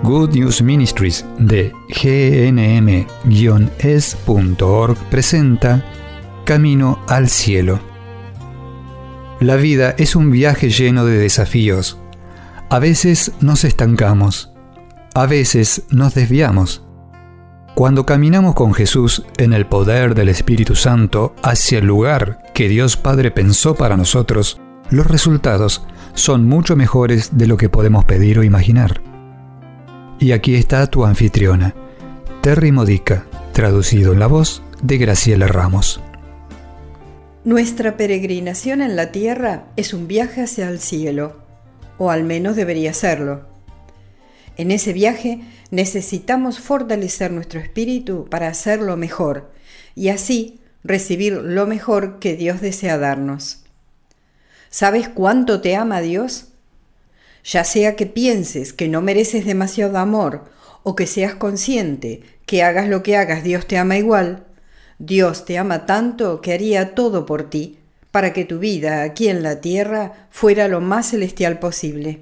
Good News Ministries de gnm-es.org presenta Camino al Cielo. La vida es un viaje lleno de desafíos. A veces nos estancamos, a veces nos desviamos. Cuando caminamos con Jesús en el poder del Espíritu Santo hacia el lugar que Dios Padre pensó para nosotros, los resultados son mucho mejores de lo que podemos pedir o imaginar. Y aquí está tu anfitriona, Terry Modica, traducido en la voz de Graciela Ramos. Nuestra peregrinación en la tierra es un viaje hacia el cielo, o al menos debería serlo. En ese viaje necesitamos fortalecer nuestro espíritu para hacerlo mejor y así recibir lo mejor que Dios desea darnos. ¿Sabes cuánto te ama Dios? Ya sea que pienses que no mereces demasiado amor o que seas consciente que hagas lo que hagas, Dios te ama igual. Dios te ama tanto que haría todo por ti para que tu vida aquí en la tierra fuera lo más celestial posible.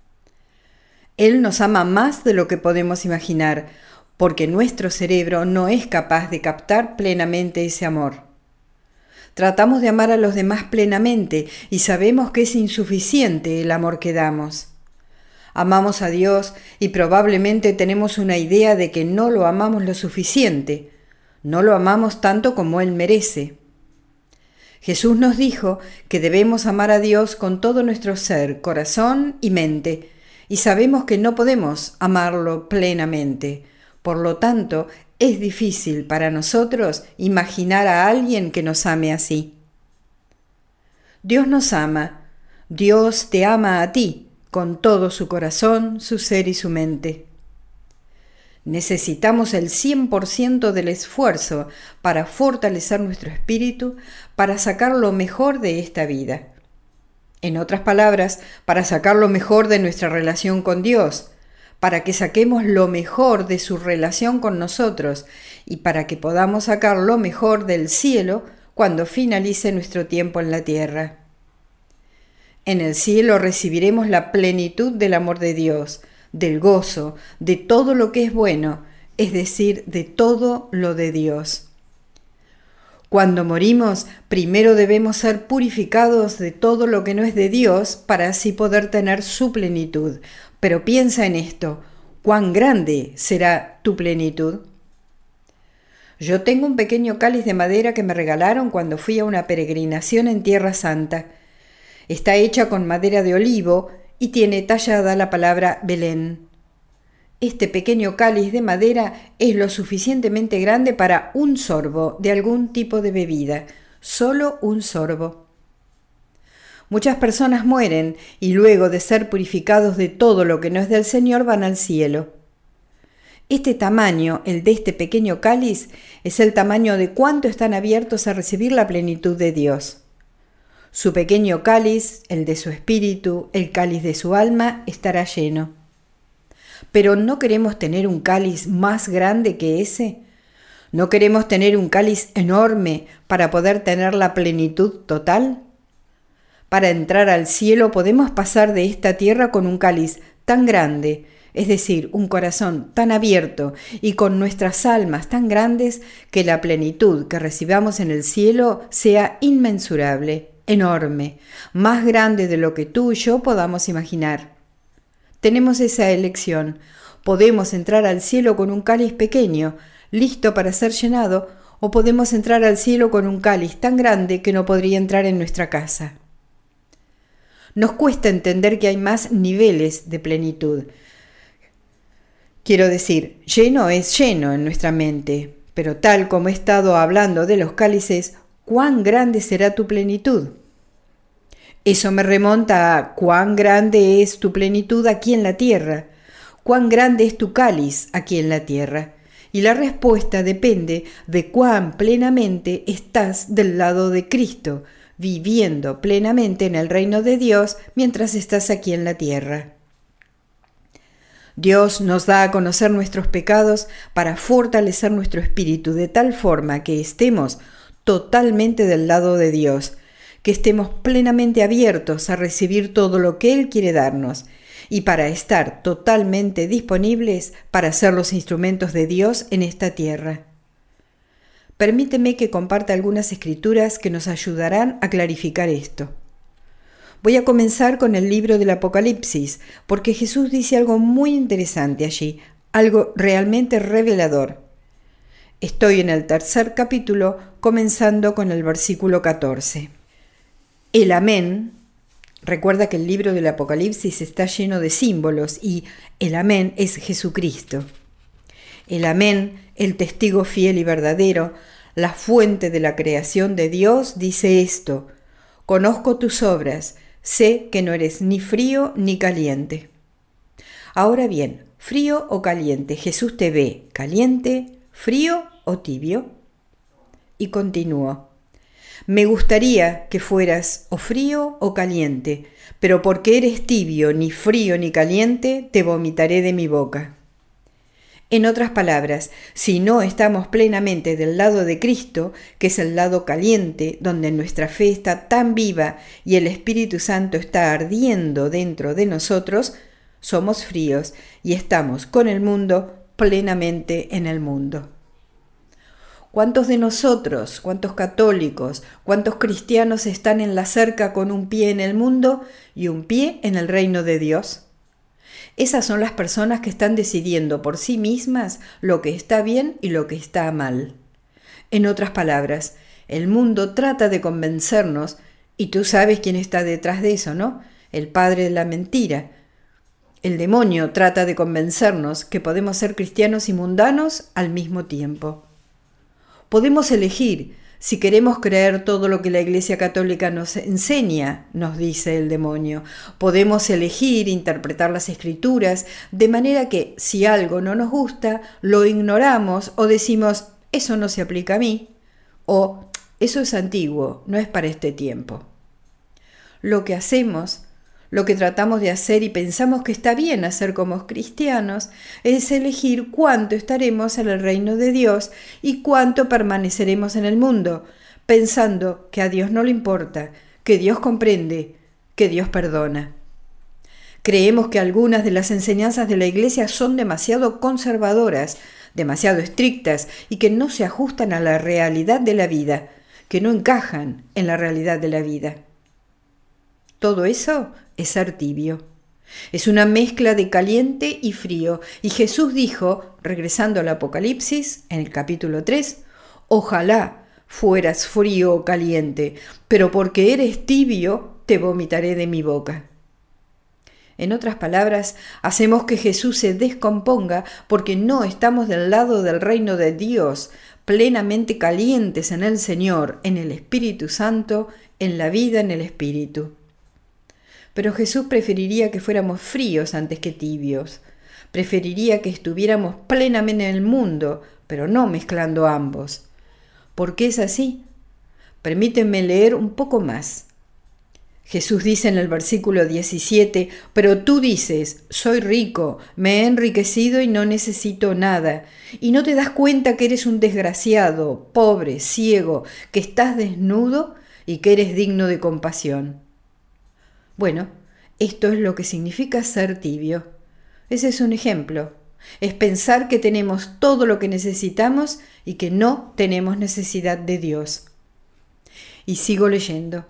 Él nos ama más de lo que podemos imaginar, porque nuestro cerebro no es capaz de captar plenamente ese amor. Tratamos de amar a los demás plenamente y sabemos que es insuficiente el amor que damos. Amamos a Dios y probablemente tenemos una idea de que no lo amamos lo suficiente, no lo amamos tanto como Él merece. Jesús nos dijo que debemos amar a Dios con todo nuestro ser, corazón y mente, y sabemos que no podemos amarlo plenamente. Por lo tanto, es difícil para nosotros imaginar a alguien que nos ame así. Dios nos ama. Dios te ama a ti, con todo su corazón, su ser y su mente. Necesitamos el 100% del esfuerzo para fortalecer nuestro espíritu, para sacar lo mejor de esta vida. En otras palabras, para sacar lo mejor de nuestra relación con Dios, para que saquemos lo mejor de su relación con nosotros y para que podamos sacar lo mejor del cielo cuando finalice nuestro tiempo en la tierra. En el cielo recibiremos la plenitud del amor de Dios, del gozo, de todo lo que es bueno, es decir, de todo lo de Dios. Cuando morimos, primero debemos ser purificados de todo lo que no es de Dios para así poder tener su plenitud. Pero piensa en esto, ¿cuán grande será tu plenitud? Yo tengo un pequeño cáliz de madera que me regalaron cuando fui a una peregrinación en Tierra Santa. Está hecha con madera de olivo y tiene tallada la palabra Belén. Este pequeño cáliz de madera es lo suficientemente grande para un sorbo de algún tipo de bebida, solo un sorbo. Muchas personas mueren y luego de ser purificados de todo lo que no es del Señor van al cielo. Este tamaño, el de este pequeño cáliz, es el tamaño de cuánto están abiertos a recibir la plenitud de Dios. Su pequeño cáliz, el de su espíritu, el cáliz de su alma, estará lleno. Pero ¿no queremos tener un cáliz más grande que ese? ¿No queremos tener un cáliz enorme para poder tener la plenitud total? Para entrar al cielo podemos pasar de esta tierra con un cáliz tan grande, es decir, un corazón tan abierto y con nuestras almas tan grandes que la plenitud que recibamos en el cielo sea inmensurable, enorme, más grande de lo que tú y yo podamos imaginar. Tenemos esa elección. Podemos entrar al cielo con un cáliz pequeño, listo para ser llenado, o podemos entrar al cielo con un cáliz tan grande que no podría entrar en nuestra casa. Nos cuesta entender que hay más niveles de plenitud. Quiero decir, lleno es lleno en nuestra mente, pero tal como he estado hablando de los cálices, ¿cuán grande será tu plenitud? Eso me remonta a cuán grande es tu plenitud aquí en la tierra, cuán grande es tu cáliz aquí en la tierra. Y la respuesta depende de cuán plenamente estás del lado de Cristo, viviendo plenamente en el reino de Dios mientras estás aquí en la tierra. Dios nos da a conocer nuestros pecados para fortalecer nuestro espíritu de tal forma que estemos totalmente del lado de Dios, que estemos plenamente abiertos a recibir todo lo que Él quiere darnos y para estar totalmente disponibles para ser los instrumentos de Dios en esta tierra. Permíteme que comparta algunas escrituras que nos ayudarán a clarificar esto. Voy a comenzar con el libro del Apocalipsis, porque Jesús dice algo muy interesante allí, algo realmente revelador. Estoy en el 3er capítulo, comenzando con el versículo 14. El amén, recuerda que el libro del Apocalipsis está lleno de símbolos y el amén es Jesucristo. El amén, el testigo fiel y verdadero, la fuente de la creación de Dios, dice esto: conozco tus obras, sé que no eres ni frío ni caliente. Ahora bien, frío o caliente, Jesús te ve caliente, frío o tibio. Y continúo: me gustaría que fueras o frío o caliente, pero porque eres tibio, ni frío ni caliente, te vomitaré de mi boca. En otras palabras, si no estamos plenamente del lado de Cristo, que es el lado caliente, donde nuestra fe está tan viva y el Espíritu Santo está ardiendo dentro de nosotros, somos fríos y estamos con el mundo plenamente en el mundo. ¿Cuántos de nosotros, cuántos católicos, cuántos cristianos están en la cerca con un pie en el mundo y un pie en el reino de Dios? Esas son las personas que están decidiendo por sí mismas lo que está bien y lo que está mal. En otras palabras, el mundo trata de convencernos, y tú sabes quién está detrás de eso, ¿no? El padre de la mentira. El demonio trata de convencernos que podemos ser cristianos y mundanos al mismo tiempo. Podemos elegir si queremos creer todo lo que la Iglesia Católica nos enseña, nos dice el demonio. Podemos elegir interpretar las Escrituras de manera que si algo no nos gusta, lo ignoramos o decimos, eso no se aplica a mí, o eso es antiguo, no es para este tiempo. Lo que hacemos, lo que tratamos de hacer y pensamos que está bien hacer como cristianos, es elegir cuánto estaremos en el reino de Dios y cuánto permaneceremos en el mundo, pensando que a Dios no le importa, que Dios comprende, que Dios perdona. Creemos que algunas de las enseñanzas de la Iglesia son demasiado conservadoras, demasiado estrictas y que no se ajustan a la realidad de la vida, que no encajan en la realidad de la vida. Todo eso es ser tibio. Es una mezcla de caliente y frío. Y Jesús dijo, regresando al Apocalipsis, en el capítulo 3, ojalá fueras frío o caliente, pero porque eres tibio, te vomitaré de mi boca. En otras palabras, hacemos que Jesús se descomponga porque no estamos del lado del reino de Dios, plenamente calientes en el Señor, en el Espíritu Santo, en la vida en el Espíritu. Pero Jesús preferiría que fuéramos fríos antes que tibios. Preferiría que estuviéramos plenamente en el mundo, pero no mezclando ambos. ¿Por qué es así? Permítanme leer un poco más. Jesús dice en el versículo 17, pero tú dices, soy rico, me he enriquecido y no necesito nada, y no te das cuenta que eres un desgraciado, pobre, ciego, que estás desnudo y que eres digno de compasión. Bueno, esto es lo que significa ser tibio. Ese es un ejemplo. Es pensar que tenemos todo lo que necesitamos y que no tenemos necesidad de Dios. Y sigo leyendo.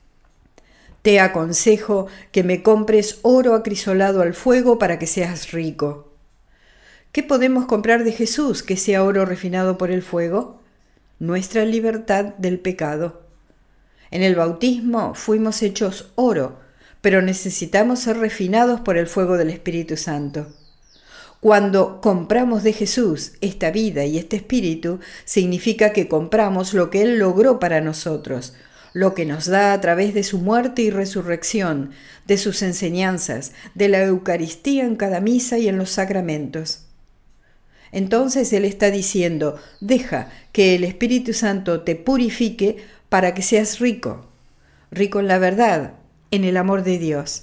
Te aconsejo que me compres oro acrisolado al fuego para que seas rico. ¿Qué podemos comprar de Jesús que sea oro refinado por el fuego? Nuestra libertad del pecado. En el bautismo fuimos hechos oro, pero necesitamos ser refinados por el fuego del Espíritu Santo. Cuando compramos de Jesús esta vida y este espíritu, significa que compramos lo que Él logró para nosotros, lo que nos da a través de su muerte y resurrección, de sus enseñanzas, de la Eucaristía en cada misa y en los sacramentos. Entonces Él está diciendo, deja que el Espíritu Santo te purifique para que seas rico, rico en la verdad, en el amor de Dios.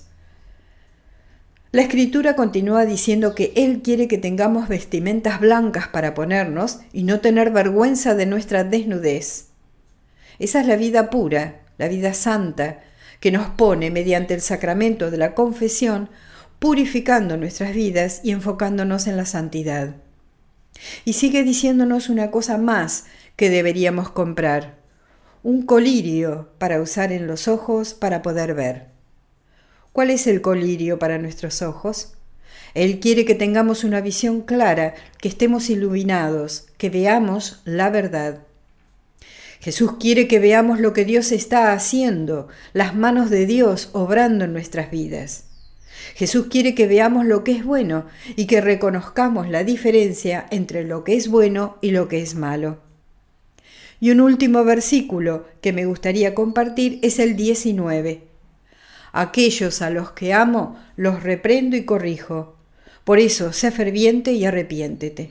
La Escritura continúa diciendo que Él quiere que tengamos vestimentas blancas para ponernos y no tener vergüenza de nuestra desnudez. Esa es la vida pura, la vida santa, que nos pone mediante el sacramento de la confesión purificando nuestras vidas y enfocándonos en la santidad. Y sigue diciéndonos una cosa más que deberíamos comprar: un colirio para usar en los ojos para poder ver. ¿Cuál es el colirio para nuestros ojos? Él quiere que tengamos una visión clara, que estemos iluminados, que veamos la verdad. Jesús quiere que veamos lo que Dios está haciendo, las manos de Dios obrando en nuestras vidas. Jesús quiere que veamos lo que es bueno y que reconozcamos la diferencia entre lo que es bueno y lo que es malo. Y un último versículo que me gustaría compartir es el 19. Aquellos a los que amo, los reprendo y corrijo. Por eso, sé ferviente y arrepiéntete.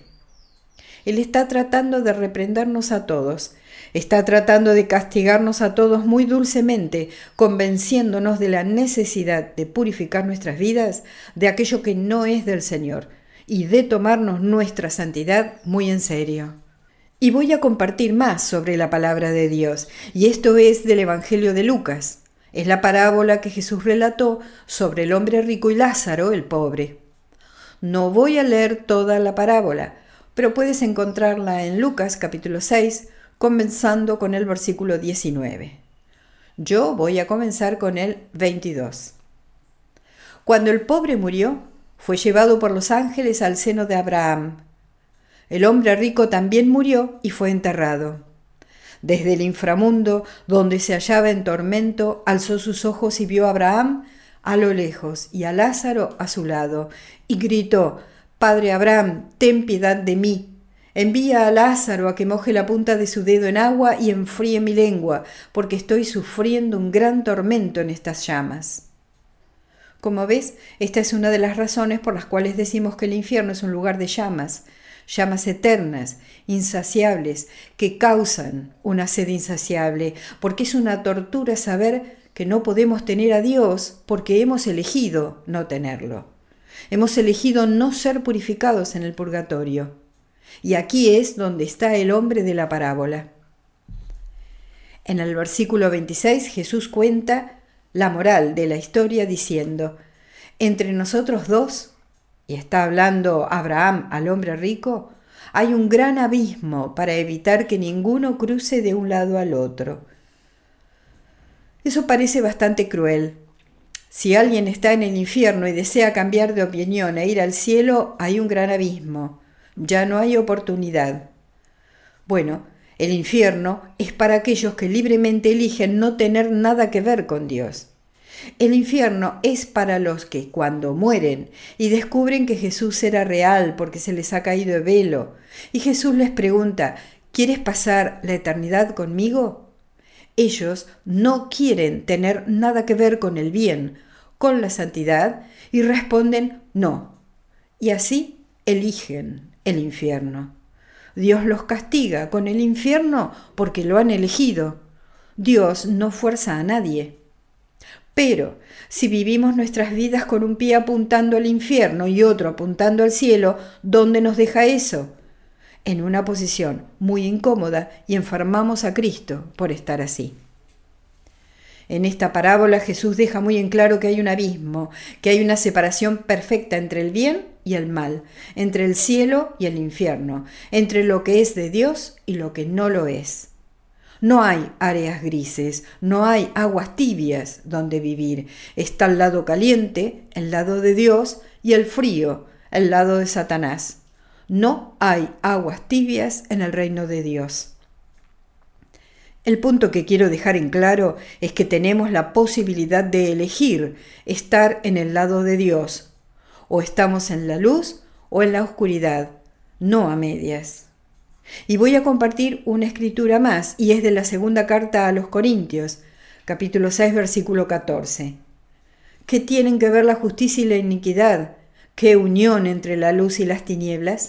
Él está tratando de reprendernos a todos. Está tratando de castigarnos a todos muy dulcemente, convenciéndonos de la necesidad de purificar nuestras vidas de aquello que no es del Señor y de tomarnos nuestra santidad muy en serio. Y voy a compartir más sobre la palabra de Dios, y esto es del Evangelio de Lucas. Es la parábola que Jesús relató sobre el hombre rico y Lázaro, el pobre. No voy a leer toda la parábola, pero puedes encontrarla en Lucas capítulo 6, comenzando con el versículo 19. Yo voy a comenzar con el 22. Cuando el pobre murió, fue llevado por los ángeles al seno de Abraham. El hombre rico también murió y fue enterrado. Desde el inframundo, donde se hallaba en tormento, alzó sus ojos y vio a Abraham a lo lejos y a Lázaro a su lado, y gritó: Padre Abraham, ten piedad de mí. Envía a Lázaro a que moje la punta de su dedo en agua y enfríe mi lengua, porque estoy sufriendo un gran tormento en estas llamas. Como ves, esta es una de las razones por las cuales decimos que el infierno es un lugar de llamas, llamas eternas, insaciables, que causan una sed insaciable, porque es una tortura saber que no podemos tener a Dios porque hemos elegido no tenerlo. Hemos elegido no ser purificados en el purgatorio. Y aquí es donde está el hombre de la parábola. En el versículo 26 Jesús cuenta la moral de la historia diciendo: entre nosotros dos, y está hablando Abraham al hombre rico, hay un gran abismo para evitar que ninguno cruce de un lado al otro. Eso parece bastante cruel. Si alguien está en el infierno y desea cambiar de opinión e ir al cielo, hay un gran abismo. Ya no hay oportunidad. Bueno, el infierno es para aquellos que libremente eligen no tener nada que ver con Dios. El infierno es para los que, cuando mueren y descubren que Jesús era real porque se les ha caído el velo, y Jesús les pregunta: ¿quieres pasar la eternidad conmigo? Ellos no quieren tener nada que ver con el bien, con la santidad, y responden no. Y así eligen el infierno. Dios los castiga con el infierno porque lo han elegido. Dios no fuerza a nadie. Pero si vivimos nuestras vidas con un pie apuntando al infierno y otro apuntando al cielo, ¿dónde nos deja eso? En una posición muy incómoda, y enfermamos a Cristo por estar así. En esta parábola Jesús deja muy en claro que hay un abismo, que hay una separación perfecta entre el bien y el mal, entre el cielo y el infierno, entre lo que es de Dios y lo que no lo es. No hay áreas grises, no hay aguas tibias donde vivir. Está el lado caliente, el lado de Dios, y el frío, el lado de Satanás. No hay aguas tibias en el reino de Dios. El punto que quiero dejar en claro es que tenemos la posibilidad de elegir estar en el lado de Dios. O estamos en la luz o en la oscuridad, no a medias. Y voy a compartir una escritura más, y es de la segunda carta a los Corintios, capítulo 6, versículo 14. ¿Qué tienen que ver la justicia y la iniquidad? ¿Qué unión entre la luz y las tinieblas?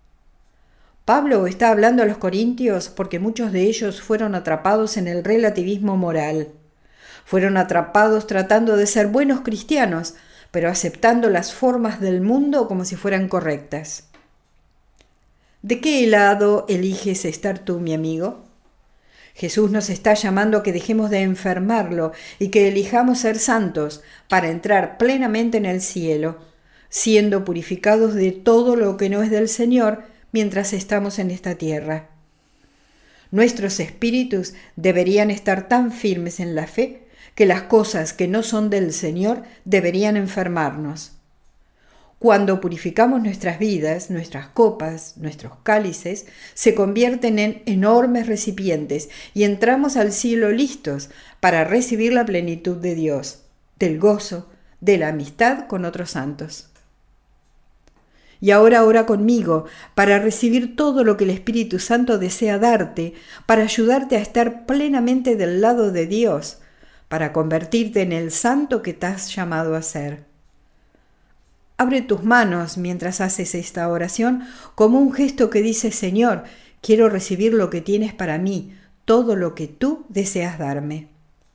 Pablo está hablando a los corintios porque muchos de ellos fueron atrapados en el relativismo moral. Fueron atrapados tratando de ser buenos cristianos, pero aceptando las formas del mundo como si fueran correctas. ¿De qué lado eliges estar tú, mi amigo? Jesús nos está llamando a que dejemos de enfermarlo y que elijamos ser santos para entrar plenamente en el cielo, siendo purificados de todo lo que no es del Señor mientras estamos en esta tierra. Nuestros espíritus deberían estar tan firmes en la fe que las cosas que no son del Señor deberían enfermarnos. Cuando purificamos nuestras vidas, nuestras copas, nuestros cálices, se convierten en enormes recipientes y entramos al cielo listos para recibir la plenitud de Dios, del gozo, de la amistad con otros santos. Y ahora ora conmigo para recibir todo lo que el Espíritu Santo desea darte, para ayudarte a estar plenamente del lado de Dios, para convertirte en el santo que te has llamado a ser. Abre tus manos mientras haces esta oración como un gesto que dice: Señor, quiero recibir lo que tienes para mí, todo lo que tú deseas darme.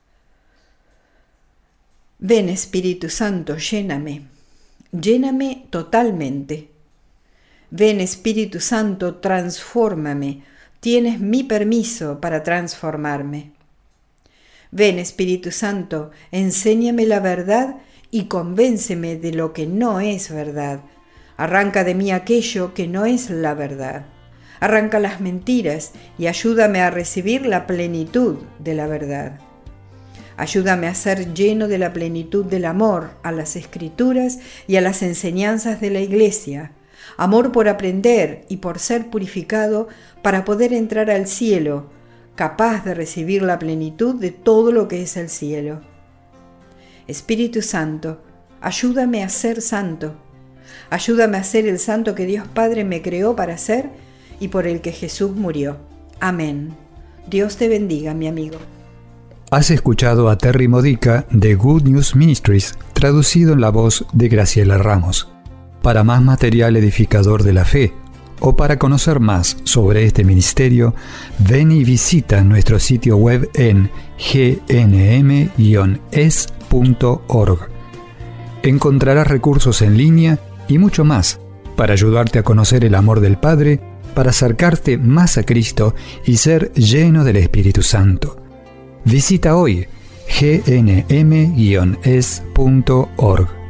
Ven, Espíritu Santo, lléname totalmente. Ven, Espíritu Santo, transfórmame, tienes mi permiso para transformarme. Ven, Espíritu Santo, enséñame la verdad y convénceme de lo que no es verdad. Arranca de mí aquello que no es la verdad. Arranca las mentiras y ayúdame a recibir la plenitud de la verdad. Ayúdame a ser lleno de la plenitud del amor a las Escrituras y a las enseñanzas de la Iglesia. Amor por aprender y por ser purificado para poder entrar al cielo, capaz de recibir la plenitud de todo lo que es el cielo. Espíritu Santo, ayúdame a ser santo. Ayúdame a ser el santo que Dios Padre me creó para ser y por el que Jesús murió. Amén. Dios te bendiga, mi amigo. Has escuchado a Terry Modica de Good News Ministries, traducido en la voz de Graciela Ramos. Para más material edificador de la fe o para conocer más sobre este ministerio, ven y visita nuestro sitio web en gnm-es.org. Encontrarás recursos en línea y mucho más para ayudarte a conocer el amor del Padre, para acercarte más a Cristo y ser lleno del Espíritu Santo. Visita hoy gnm-es.org.